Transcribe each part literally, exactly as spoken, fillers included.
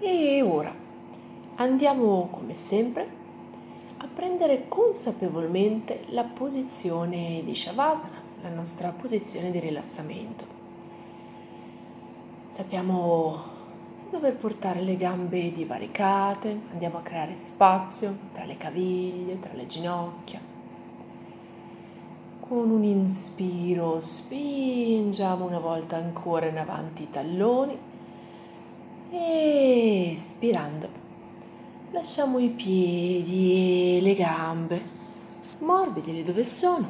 E ora andiamo, come sempre, a prendere consapevolmente la posizione di Shavasana, la nostra posizione di rilassamento. Sappiamo dover portare le gambe divaricate, andiamo a creare spazio tra le caviglie, tra le ginocchia. Con un inspiro spingiamo una volta ancora in avanti i talloni e espirando lasciamo i piedi e le gambe morbidi lì dove sono,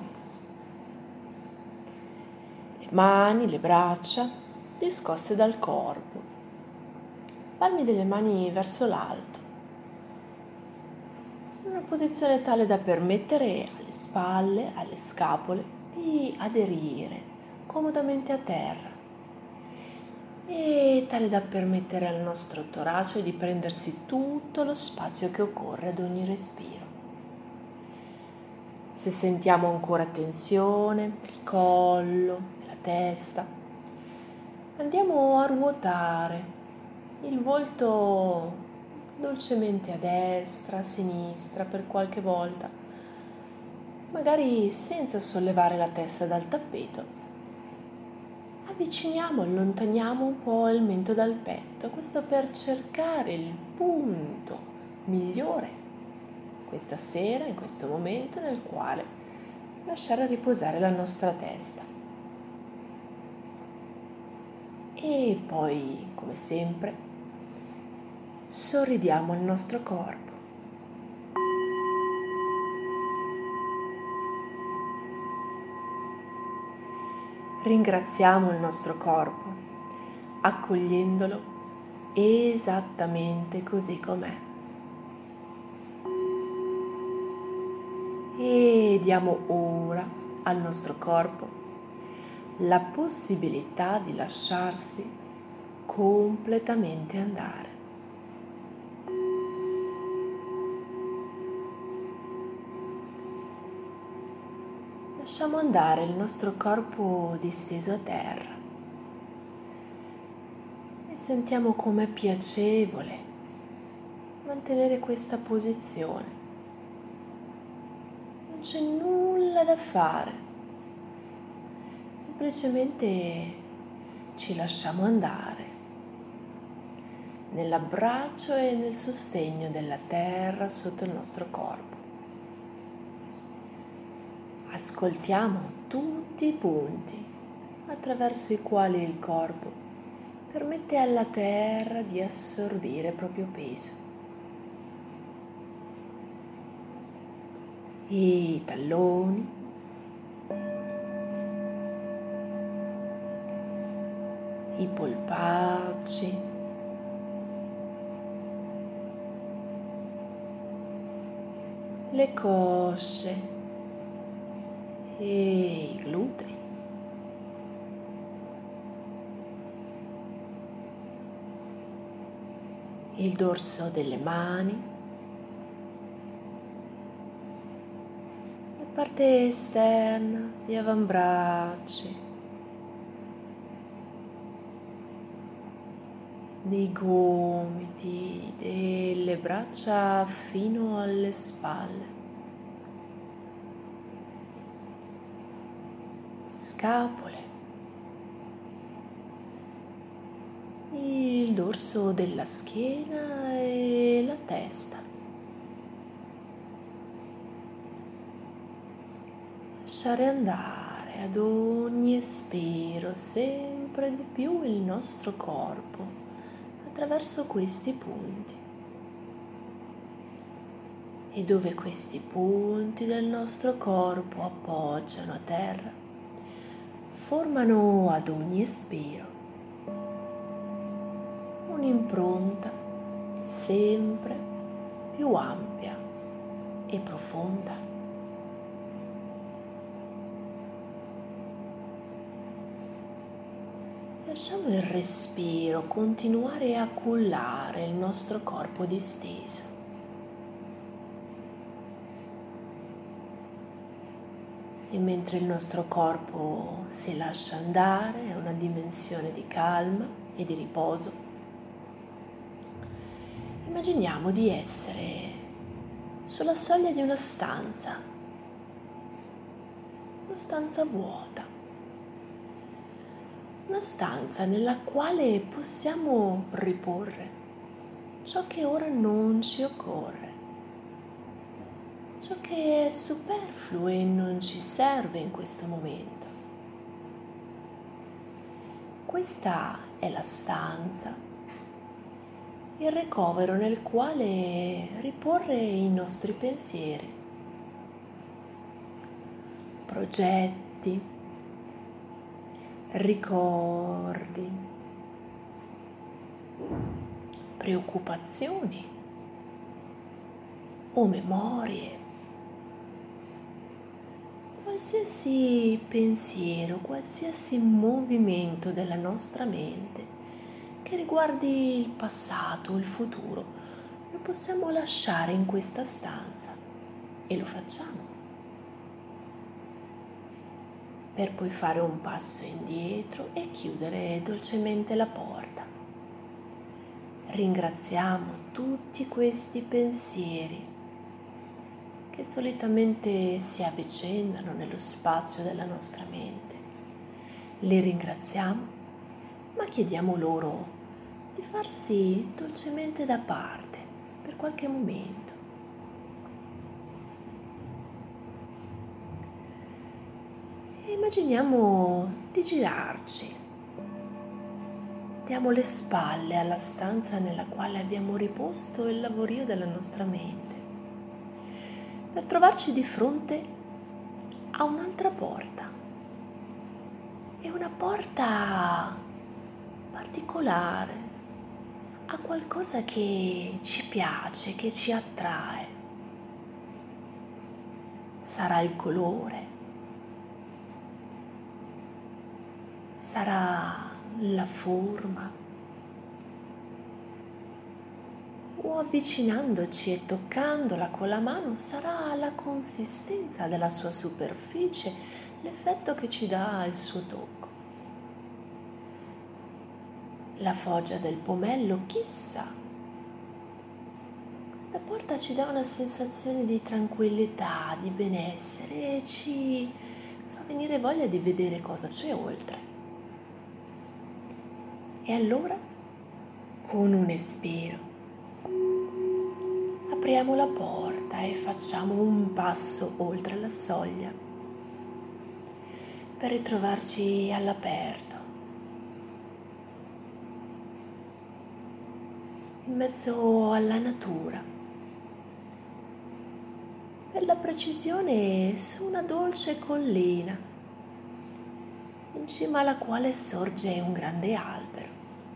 le mani, le braccia discoste dal corpo, palmi delle mani verso l'alto, in una posizione tale da permettere alle spalle, alle scapole di aderire comodamente a terra e tale da permettere al nostro torace di prendersi tutto lo spazio che occorre ad ogni respiro. Se sentiamo ancora tensione nel collo, nella testa, andiamo a ruotare il volto dolcemente a destra, a sinistra per qualche volta, magari senza sollevare la testa dal tappeto. Avviciniamo, allontaniamo un po' il mento dal petto, questo per cercare il punto migliore questa sera, in questo momento nel quale lasciare riposare la nostra testa. E poi, come sempre, sorridiamo al nostro corpo. Ringraziamo il nostro corpo, accogliendolo esattamente così com'è. E diamo ora al nostro corpo la possibilità di lasciarsi completamente andare. Lasciamo andare il nostro corpo disteso a terra e sentiamo com'è piacevole mantenere questa posizione. Non c'è nulla da fare, semplicemente ci lasciamo andare nell'abbraccio e nel sostegno della terra sotto il nostro corpo. Ascoltiamo tutti i punti attraverso i quali il corpo permette alla terra di assorbire il proprio peso. I talloni, i polpacci, le cosce e i glutei. Il dorso delle mani, la parte esterna di avambracci, dei gomiti, delle braccia fino alle spalle, scapole, il dorso della schiena e la testa. Lasciare andare ad ogni espiro sempre di più il nostro corpo attraverso questi punti. E dove questi punti del nostro corpo appoggiano a terra, formano ad ogni espiro un'impronta sempre più ampia e profonda. Lasciamo il respiro continuare a cullare il nostro corpo disteso. E mentre il nostro corpo si lascia andare a una dimensione di calma e di riposo, Immaginiamo di essere sulla soglia di una stanza, una stanza vuota, una stanza nella quale possiamo riporre ciò che ora non ci occorre, ciò che è superfluo e non ci serve in questo momento. Questa è la stanza, il ricovero nel quale riporre i nostri pensieri, progetti, ricordi, preoccupazioni o memorie. Qualsiasi pensiero, qualsiasi movimento della nostra mente che riguardi il passato o il futuro, lo possiamo lasciare in questa stanza e lo facciamo. Per poi fare un passo indietro e chiudere dolcemente la porta. Ringraziamo tutti questi pensieri che solitamente si avvicendano nello spazio della nostra mente. Li ringraziamo, ma chiediamo loro di farsi dolcemente da parte per qualche momento. E immaginiamo di girarci. Diamo le spalle alla stanza nella quale abbiamo riposto il lavorio della nostra mente, per trovarci di fronte a un'altra porta. È una porta particolare, ha qualcosa che ci piace, che ci attrae. Sarà il colore, sarà la forma, o avvicinandoci e toccandola con la mano sarà la consistenza della sua superficie, l'effetto che ci dà il suo tocco. La foggia del pomello, chissà. Questa porta ci dà una sensazione di tranquillità, di benessere e ci fa venire voglia di vedere cosa c'è oltre. E allora, con un espiro, apriamo la porta e facciamo un passo oltre la soglia per ritrovarci all'aperto, in mezzo alla natura, per la precisione su una dolce collina, in cima alla quale sorge un grande albero.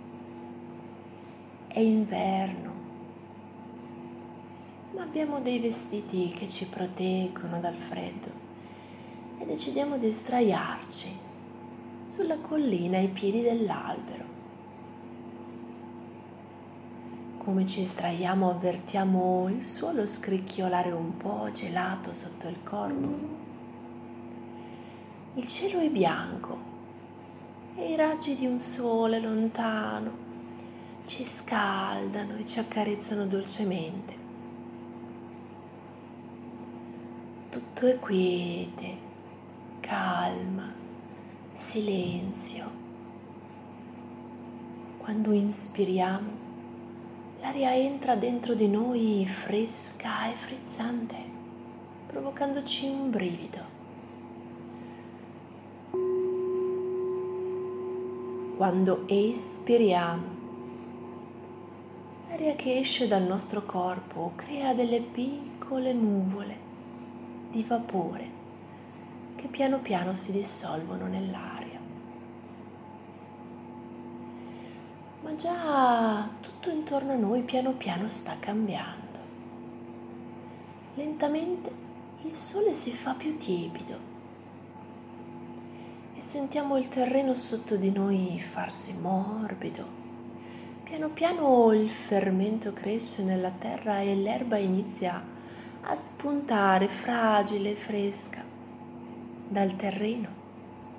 È inverno, ma abbiamo dei vestiti che ci proteggono dal freddo e decidiamo di sdraiarci sulla collina ai piedi dell'albero. Come ci sdraiamo avvertiamo il suolo scricchiolare un po' gelato sotto il corpo. Il cielo è bianco e i raggi di un sole lontano ci scaldano e ci accarezzano dolcemente. Tutto è quiete, calma, silenzio. Quando inspiriamo, l'aria entra dentro di noi fresca e frizzante, provocandoci un brivido. Quando espiriamo, l'aria che esce dal nostro corpo crea delle piccole nuvole di vapore che piano piano si dissolvono nell'aria. Ma già tutto intorno a noi piano piano sta cambiando. Lentamente il sole si fa più tiepido e sentiamo il terreno sotto di noi farsi morbido. Piano piano il fermento cresce nella terra e l'erba inizia a spuntare fragile e fresca dal terreno,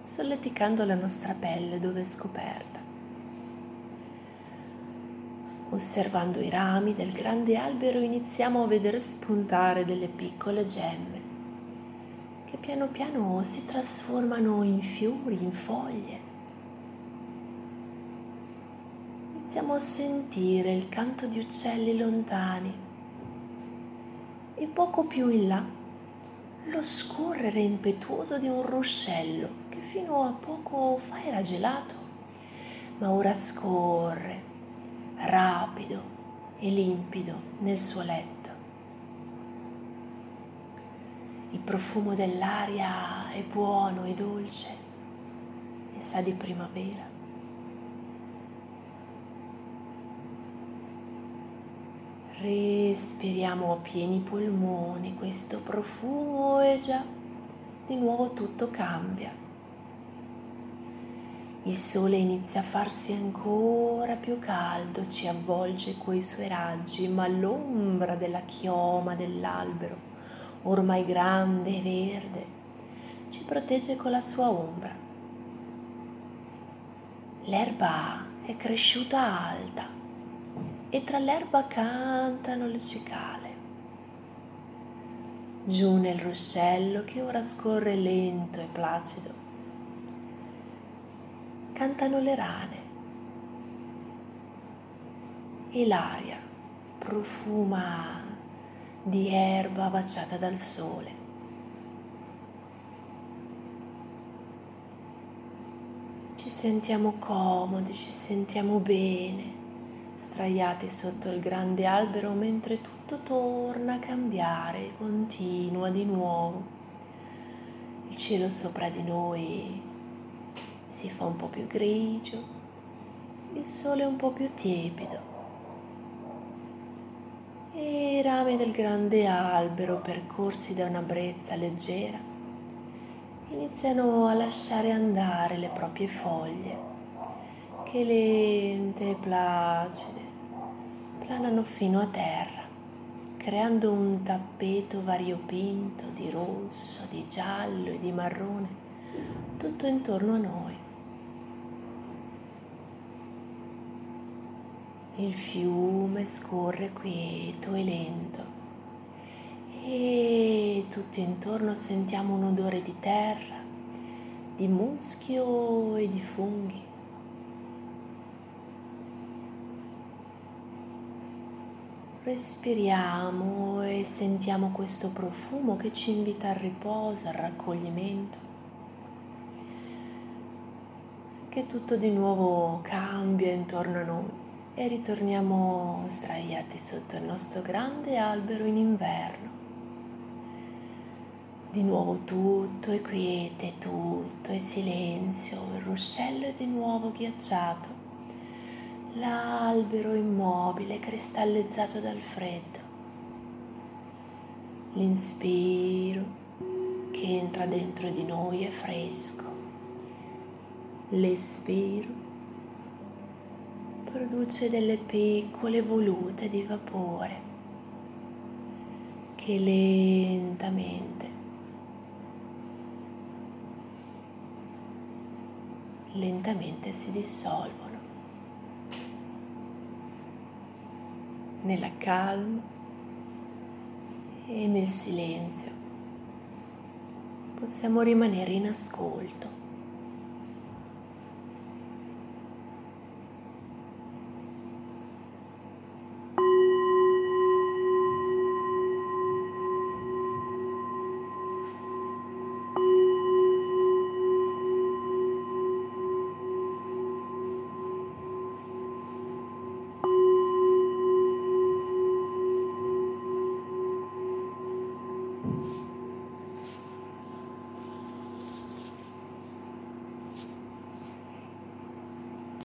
solleticando la nostra pelle dove è scoperta. Osservando i rami del grande albero iniziamo a vedere spuntare delle piccole gemme che piano piano si trasformano in fiori, in foglie. Iniziamo a sentire il canto di uccelli lontani e poco più in là lo scorrere impetuoso di un ruscello che fino a poco fa era gelato, ma ora scorre rapido e limpido nel suo letto. Il profumo dell'aria è buono e dolce e sa di primavera. Respiriamo a pieni polmoni questo profumo e già di nuovo tutto cambia. Il sole inizia a farsi ancora più caldo, ci avvolge coi suoi raggi, ma l'ombra della chioma dell'albero, ormai grande e verde, ci protegge con la sua ombra. L'erba è cresciuta alta e tra l'erba cantano le cicale. Giù nel ruscello che ora scorre lento e placido, cantano le rane e l'aria profuma di erba baciata dal sole. Ci sentiamo comodi, ci sentiamo bene, sdraiati sotto il grande albero mentre tutto torna a cambiare e continua di nuovo. Il cielo sopra di noi si fa un po' più grigio, il sole un po' più tiepido e i rami del grande albero, percorsi da una brezza leggera, iniziano a lasciare andare le proprie foglie che lente e placide planano fino a terra, creando un tappeto variopinto di rosso, di giallo e di marrone tutto intorno a noi. Il fiume scorre quieto e lento e tutto intorno sentiamo un odore di terra, di muschio e di funghi. Respiriamo e sentiamo questo profumo che ci invita al riposo, al raccoglimento, che tutto di nuovo cambia intorno a noi e ritorniamo sdraiati sotto il nostro grande albero in inverno. Di nuovo tutto è quiete, tutto è silenzio, il ruscello è di nuovo ghiacciato, l'albero immobile, cristallizzato dal freddo. L'inspiro che entra dentro di noi è fresco, l'espiro produce delle piccole volute di vapore che lentamente, lentamente si dissolvono nella calma e nel silenzio. Possiamo rimanere in ascolto